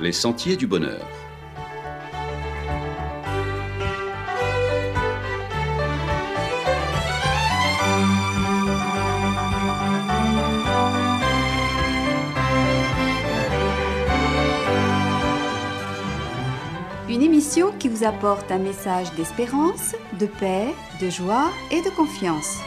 les sentiers du bonheur. Une émission qui vous apporte un message d'espérance, de paix, de joie et de confiance.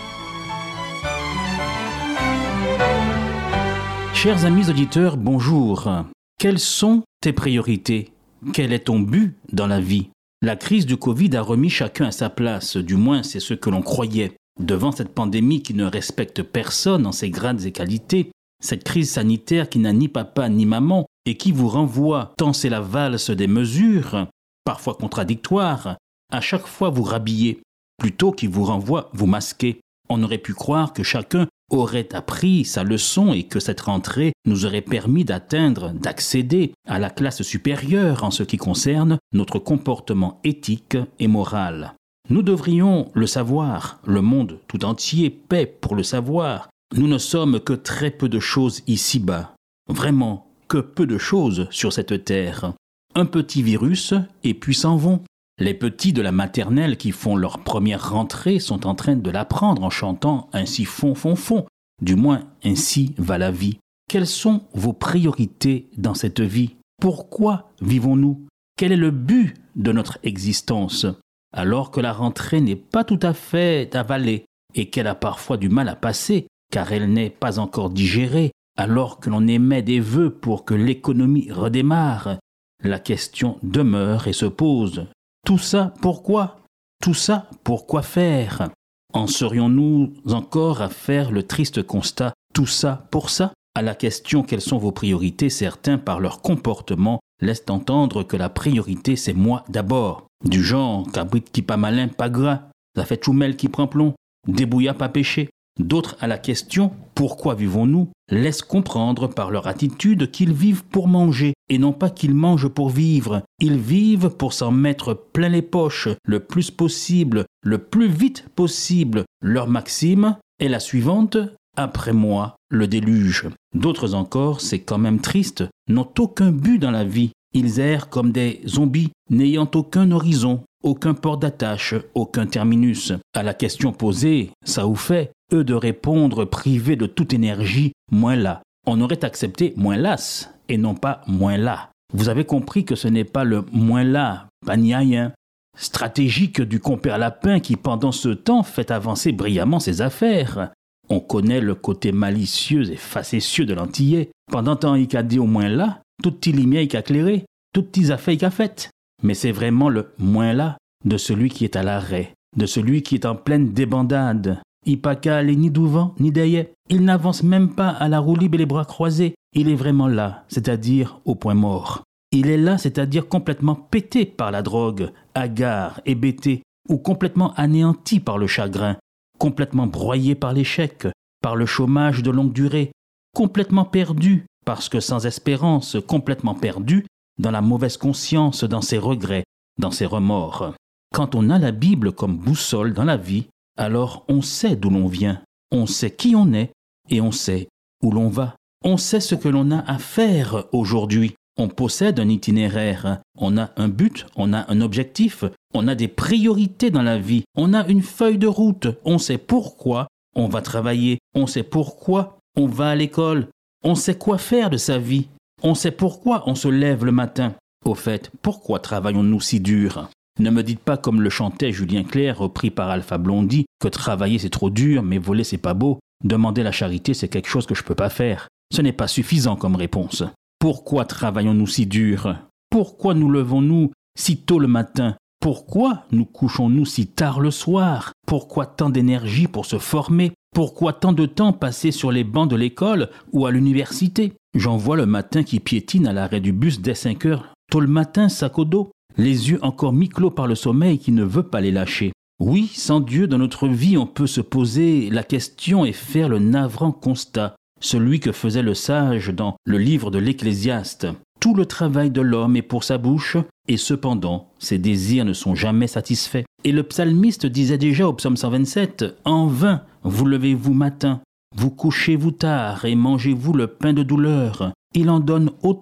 Chers amis auditeurs, bonjour. Quelles sont tes priorités? Quel est ton but dans la vie? La crise du Covid a remis chacun à sa place, du moins c'est ce que l'on croyait. Devant cette pandémie qui ne respecte personne en ses grades et qualités, cette crise sanitaire qui n'a ni papa ni maman et qui vous renvoie, tant c'est la valse des mesures, parfois contradictoires, à chaque fois vous rhabiller, plutôt qu'il vous renvoie vous masquer. On aurait pu croire que chacun aurait appris sa leçon et que cette rentrée nous aurait permis d'accéder à la classe supérieure en ce qui concerne notre comportement éthique et moral. Nous devrions le savoir, le monde tout entier paie pour le savoir. Nous ne sommes que très peu de choses ici-bas. Vraiment, que peu de choses sur cette terre. Un petit virus et puis s'en vont. Les petits de la maternelle qui font leur première rentrée sont en train de l'apprendre en chantant « Ainsi font, font, font ». Du moins, ainsi va la vie. Quelles sont vos priorités dans cette vie? Pourquoi vivons-nous? Quel est le but de notre existence? Alors que la rentrée n'est pas tout à fait avalée et qu'elle a parfois du mal à passer, car elle n'est pas encore digérée, alors que l'on émet des vœux pour que l'économie redémarre, la question demeure et se pose. Tout ça, pourquoi? Tout ça, pourquoi faire? En serions-nous encore à faire le triste constat « tout ça pour ça » À la question « quelles sont vos priorités ?» certains, par leur comportement, laissent entendre que la priorité c'est moi d'abord. Du genre « cabrit qui pas malin, pas gras », « ça fait choumel qui prend plomb », « débouilla pas péché ». D'autres, à la question « pourquoi vivons-nous ?» laissent comprendre par leur attitude qu'ils vivent pour manger et non pas qu'ils mangent pour vivre. Ils vivent pour s'en mettre plein les poches le plus possible, le plus vite possible. Leur maxime est la suivante: après moi, le déluge. D'autres encore, c'est quand même triste, n'ont aucun but dans la vie. Ils errent comme des zombies, n'ayant aucun horizon, aucun port d'attache, aucun terminus. À la question posée, ça vous fait, eux de répondre privés de toute énergie, moins là. On aurait accepté moins las et non pas moins là. Vous avez compris que ce n'est pas le moins là, paniaïen, stratégique du compère Lapin qui pendant ce temps fait avancer brillamment ses affaires. On connaît le côté malicieux et facétieux de l'antillais. Pendant temps il a dit au moins là, tout petit lumière il a clairé, tout petit affaire il a fait. Mais c'est vraiment le moins là de celui qui est à l'arrêt, de celui qui est en pleine débandade. Il pas qu'à aller ni devant ni derrière. Il n'avance même pas à la roue libre et les bras croisés. Il est vraiment là, c'est-à-dire au point mort. Il est là, c'est-à-dire complètement pété par la drogue, hagard, hébété, ou complètement anéanti par le chagrin, complètement broyé par l'échec, par le chômage de longue durée, complètement perdu, parce que sans espérance, complètement perdu, dans la mauvaise conscience, dans ses regrets, dans ses remords. Quand on a la Bible comme boussole dans la vie, alors on sait d'où l'on vient, on sait qui on est et on sait où l'on va. On sait ce que l'on a à faire aujourd'hui. On possède un itinéraire, on a un but, on a un objectif, on a des priorités dans la vie, on a une feuille de route, on sait pourquoi on va travailler, on sait pourquoi on va à l'école, on sait quoi faire de sa vie, on sait pourquoi on se lève le matin. Au fait, pourquoi travaillons-nous si dur ? Ne me dites pas comme le chantait Julien Clerc, repris par Alpha Blondy, que travailler c'est trop dur, mais voler c'est pas beau. Demander la charité c'est quelque chose que je peux pas faire. Ce n'est pas suffisant comme réponse. Pourquoi travaillons-nous si dur ? Pourquoi nous levons-nous si tôt le matin ? Pourquoi nous couchons-nous si tard le soir ? Pourquoi tant d'énergie pour se former ? Pourquoi tant de temps passé sur les bancs de l'école ou à l'université ? J'en vois le matin qui piétine à l'arrêt du bus dès 5 heures, tôt le matin, sac au dos, les yeux encore mi-clos par le sommeil qui ne veut pas les lâcher. Oui, sans Dieu dans notre vie, on peut se poser la question et faire le navrant constat, celui que faisait le sage dans le livre de l'Ecclésiaste. Tout le travail de l'homme est pour sa bouche, et cependant, ses désirs ne sont jamais satisfaits. Et le psalmiste disait déjà au psaume 127, « En vain, vous levez-vous matin, vous couchez-vous tard et mangez-vous le pain de douleur. Il en donne autant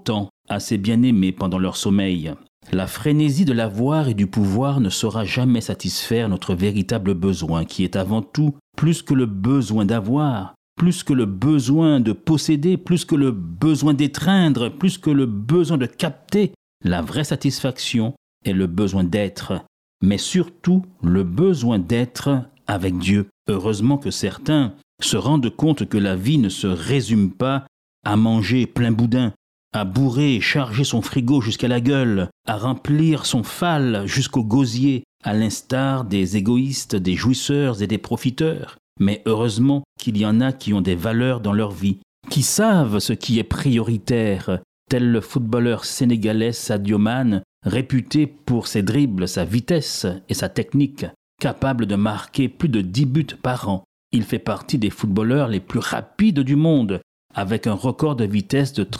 à ses bien-aimés pendant leur sommeil. La frénésie de l'avoir et du pouvoir ne saura jamais satisfaire notre véritable besoin, qui est avant tout plus que le besoin d'avoir, plus que le besoin de posséder, plus que le besoin d'étreindre, plus que le besoin de capter. La vraie satisfaction est le besoin d'être, mais surtout le besoin d'être avec Dieu. Heureusement que certains se rendent compte que la vie ne se résume pas à manger plein boudin, à bourrer et charger son frigo jusqu'à la gueule, à remplir son phal jusqu'au gosier, à l'instar des égoïstes, des jouisseurs et des profiteurs. Mais heureusement qu'il y en a qui ont des valeurs dans leur vie, qui savent ce qui est prioritaire, tel le footballeur sénégalais Sadio Mané, réputé pour ses dribbles, sa vitesse et sa technique, capable de marquer plus de 10 buts par an. Il fait partie des footballeurs les plus rapides du monde, avec un record de vitesse de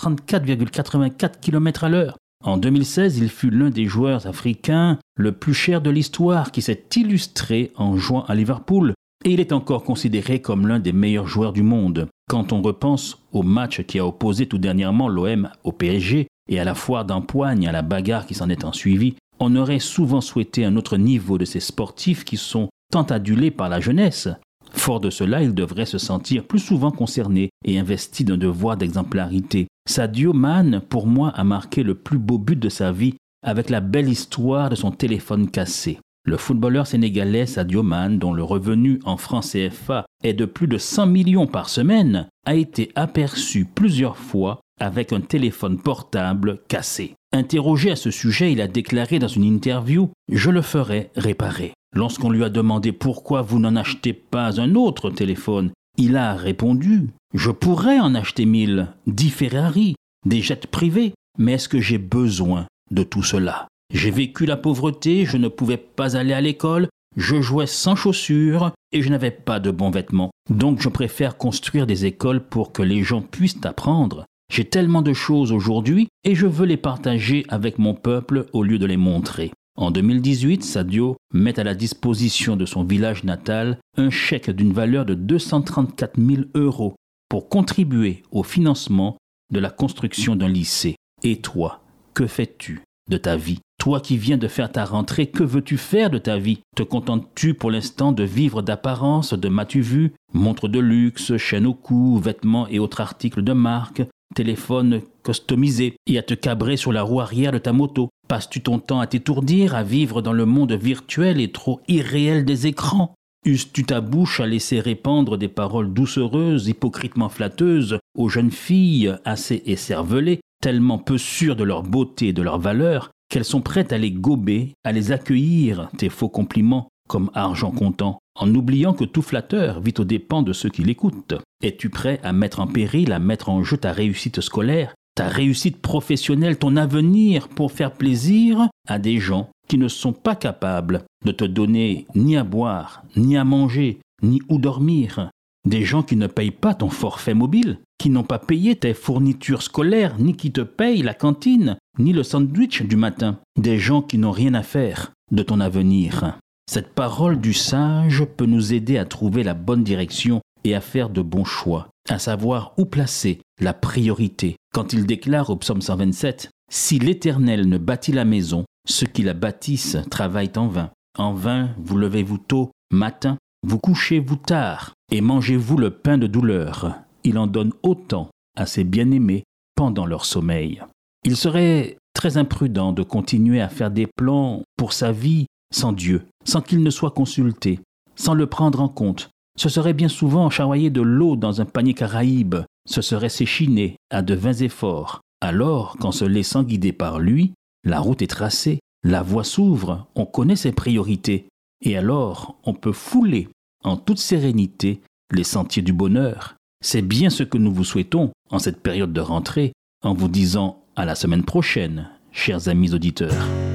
34,84 km/h. En 2016, il fut l'un des joueurs africains le plus cher de l'histoire qui s'est illustré en jouant à Liverpool. Et il est encore considéré comme l'un des meilleurs joueurs du monde. Quand on repense au match qui a opposé tout dernièrement l'OM au PSG et à la foire d'Empoigne, à la bagarre qui s'en est ensuivie, on aurait souvent souhaité un autre niveau de ces sportifs qui sont tant adulés par la jeunesse. Fort de cela, il devrait se sentir plus souvent concerné et investi d'un devoir d'exemplarité. Sadio Mané, pour moi, a marqué le plus beau but de sa vie avec la belle histoire de son téléphone cassé. Le footballeur sénégalais Sadio Mané, dont le revenu en francs CFA est de plus de 100 millions par semaine, a été aperçu plusieurs fois avec un téléphone portable cassé. Interrogé à ce sujet, il a déclaré dans une interview « Je le ferai réparer ». Lorsqu'on lui a demandé pourquoi vous n'en achetez pas un autre téléphone, il a répondu « Je pourrais en acheter 1000, 10 Ferrari, des jets privés, mais est-ce que j'ai besoin de tout cela ? J'ai vécu la pauvreté, je ne pouvais pas aller à l'école, je jouais sans chaussures et je n'avais pas de bons vêtements. Donc je préfère construire des écoles pour que les gens puissent apprendre. J'ai tellement de choses aujourd'hui et je veux les partager avec mon peuple au lieu de les montrer. » En 2018, Sadio met à la disposition de son village natal un chèque d'une valeur de 234 000 € pour contribuer au financement de la construction d'un lycée. Et toi, que fais-tu de ta vie ? Toi qui viens de faire ta rentrée, que veux-tu faire de ta vie ? Te contentes-tu pour l'instant de vivre d'apparence, de m'as-tu vu ? Montres de luxe, chaînes au cou, vêtements et autres articles de marque, téléphone customisé et à te cabrer sur la roue arrière de ta moto. Passes-tu ton temps à t'étourdir, à vivre dans le monde virtuel et trop irréel des écrans ? Uses-tu ta bouche à laisser répandre des paroles doucereuses, hypocritement flatteuses aux jeunes filles assez écervelées, tellement peu sûres de leur beauté et de leur valeur, qu'elles sont prêtes à les gober, à les accueillir, tes faux compliments, comme argent comptant, en oubliant que tout flatteur vit aux dépens de ceux qui l'écoutent. Es-tu prêt à mettre en péril, à mettre en jeu ta réussite scolaire, ta réussite professionnelle, ton avenir pour faire plaisir à des gens qui ne sont pas capables de te donner ni à boire, ni à manger, ni où dormir. Des gens qui ne payent pas ton forfait mobile, qui n'ont pas payé tes fournitures scolaires, ni qui te payent la cantine, ni le sandwich du matin. Des gens qui n'ont rien à faire de ton avenir. Cette parole du sage peut nous aider à trouver la bonne direction et à faire de bons choix, à savoir où placer la priorité. Quand il déclare au psaume 127 « Si l'Éternel ne bâtit la maison, ceux qui la bâtissent travaillent en vain. En vain, vous levez-vous tôt, matin, vous couchez-vous tard, et mangez-vous le pain de douleur. Il en donne autant à ses bien-aimés pendant leur sommeil. » Il serait très imprudent de continuer à faire des plans pour sa vie sans Dieu, sans qu'il ne soit consulté, sans le prendre en compte. Ce serait bien souvent charrier de l'eau dans un panier caraïbe, ce serait s'échiner à de vains efforts. Alors, qu'en se laissant guider par lui, la route est tracée, la voie s'ouvre, on connaît ses priorités, et alors on peut fouler en toute sérénité les sentiers du bonheur. C'est bien ce que nous vous souhaitons en cette période de rentrée, en vous disant à la semaine prochaine, chers amis auditeurs.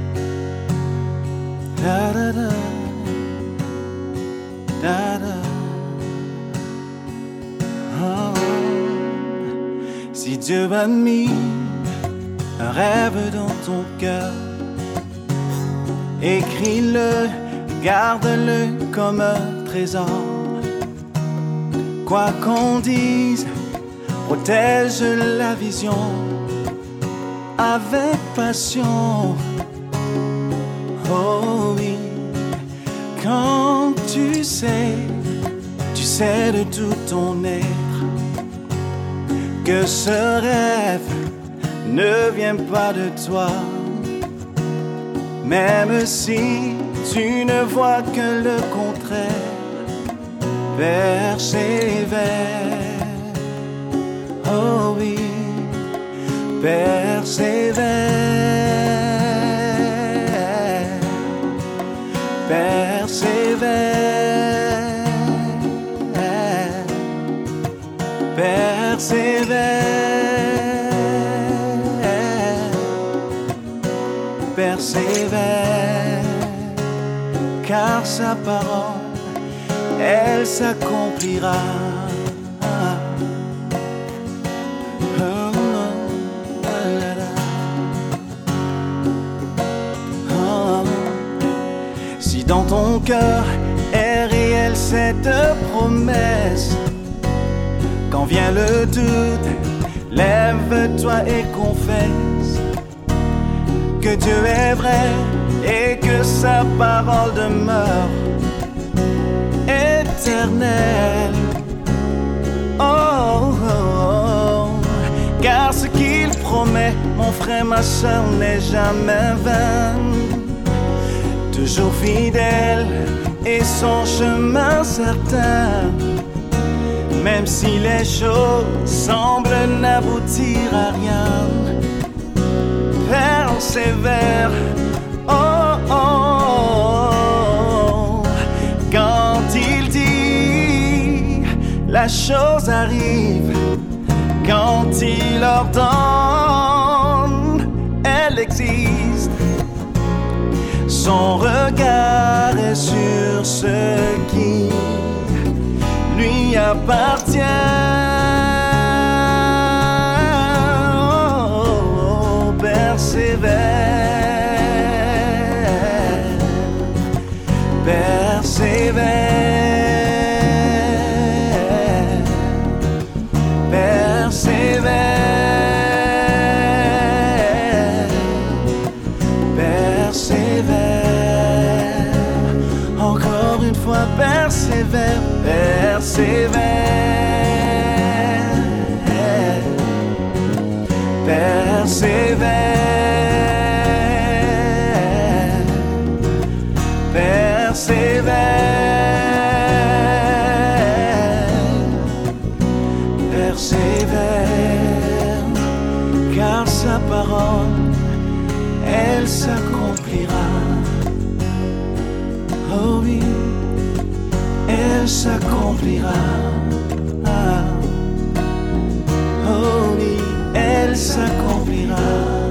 Da, da, da. Da, da. Oh. Si Dieu a mis un rêve dans ton cœur, écris-le, garde-le comme un trésor. Quoi qu'on dise, protège la vision avec passion. Oh oui, quand tu sais de tout ton être que ce rêve ne vient pas de toi. Même si tu ne vois que le contraire, persévère. Oh oui, persévère. Persévère. Persévère. Persévère. Car sa parole, elle s'accomplira. Si dans ton cœur est réelle cette promesse, quand vient le doute, lève-toi et confesse que Dieu est vrai et que sa parole demeure éternelle. Oh, oh, oh. Car ce qu'il promet, mon frère, ma soeur, n'est jamais vain. Toujours fidèle et son chemin certain. Même si les choses semblent n'aboutir à rien, persévère. Oh, oh, oh. Quand il dit, la chose arrive. Quand il ordonne, elle existe. Son regard est sur ce qui lui appartient. Oh, persévère, persévère, persévère, persévère. Encore une fois, persévère. Persévère, persévère, persévère, persévère, car sa parole, elle s'accomplira. Oh oui, elle s'accomplira. Oh oui, elle s'accomplira.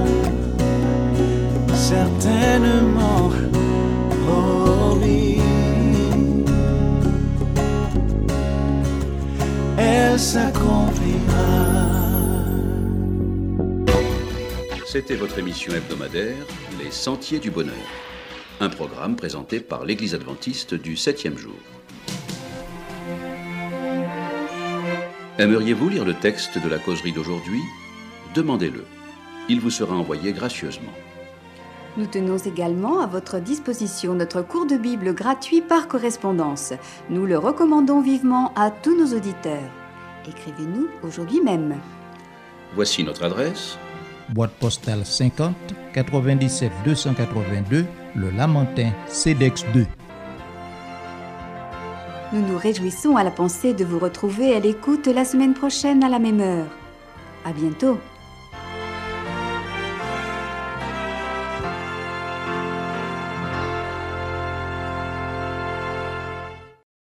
Certainement. Oh oui, elle s'accomplira. C'était votre émission hebdomadaire, Les Sentiers du Bonheur. Un programme présenté par l'Église adventiste du 7e jour. Aimeriez-vous lire le texte de la causerie d'aujourd'hui ? Demandez-le. Il vous sera envoyé gracieusement. Nous tenons également à votre disposition notre cours de Bible gratuit par correspondance. Nous le recommandons vivement à tous nos auditeurs. Écrivez-nous aujourd'hui même. Voici notre adresse. Boîte postale 50 97 282, Le Lamentin, CEDEX 2. Nous nous réjouissons à la pensée de vous retrouver à l'écoute la semaine prochaine à la même heure. À bientôt.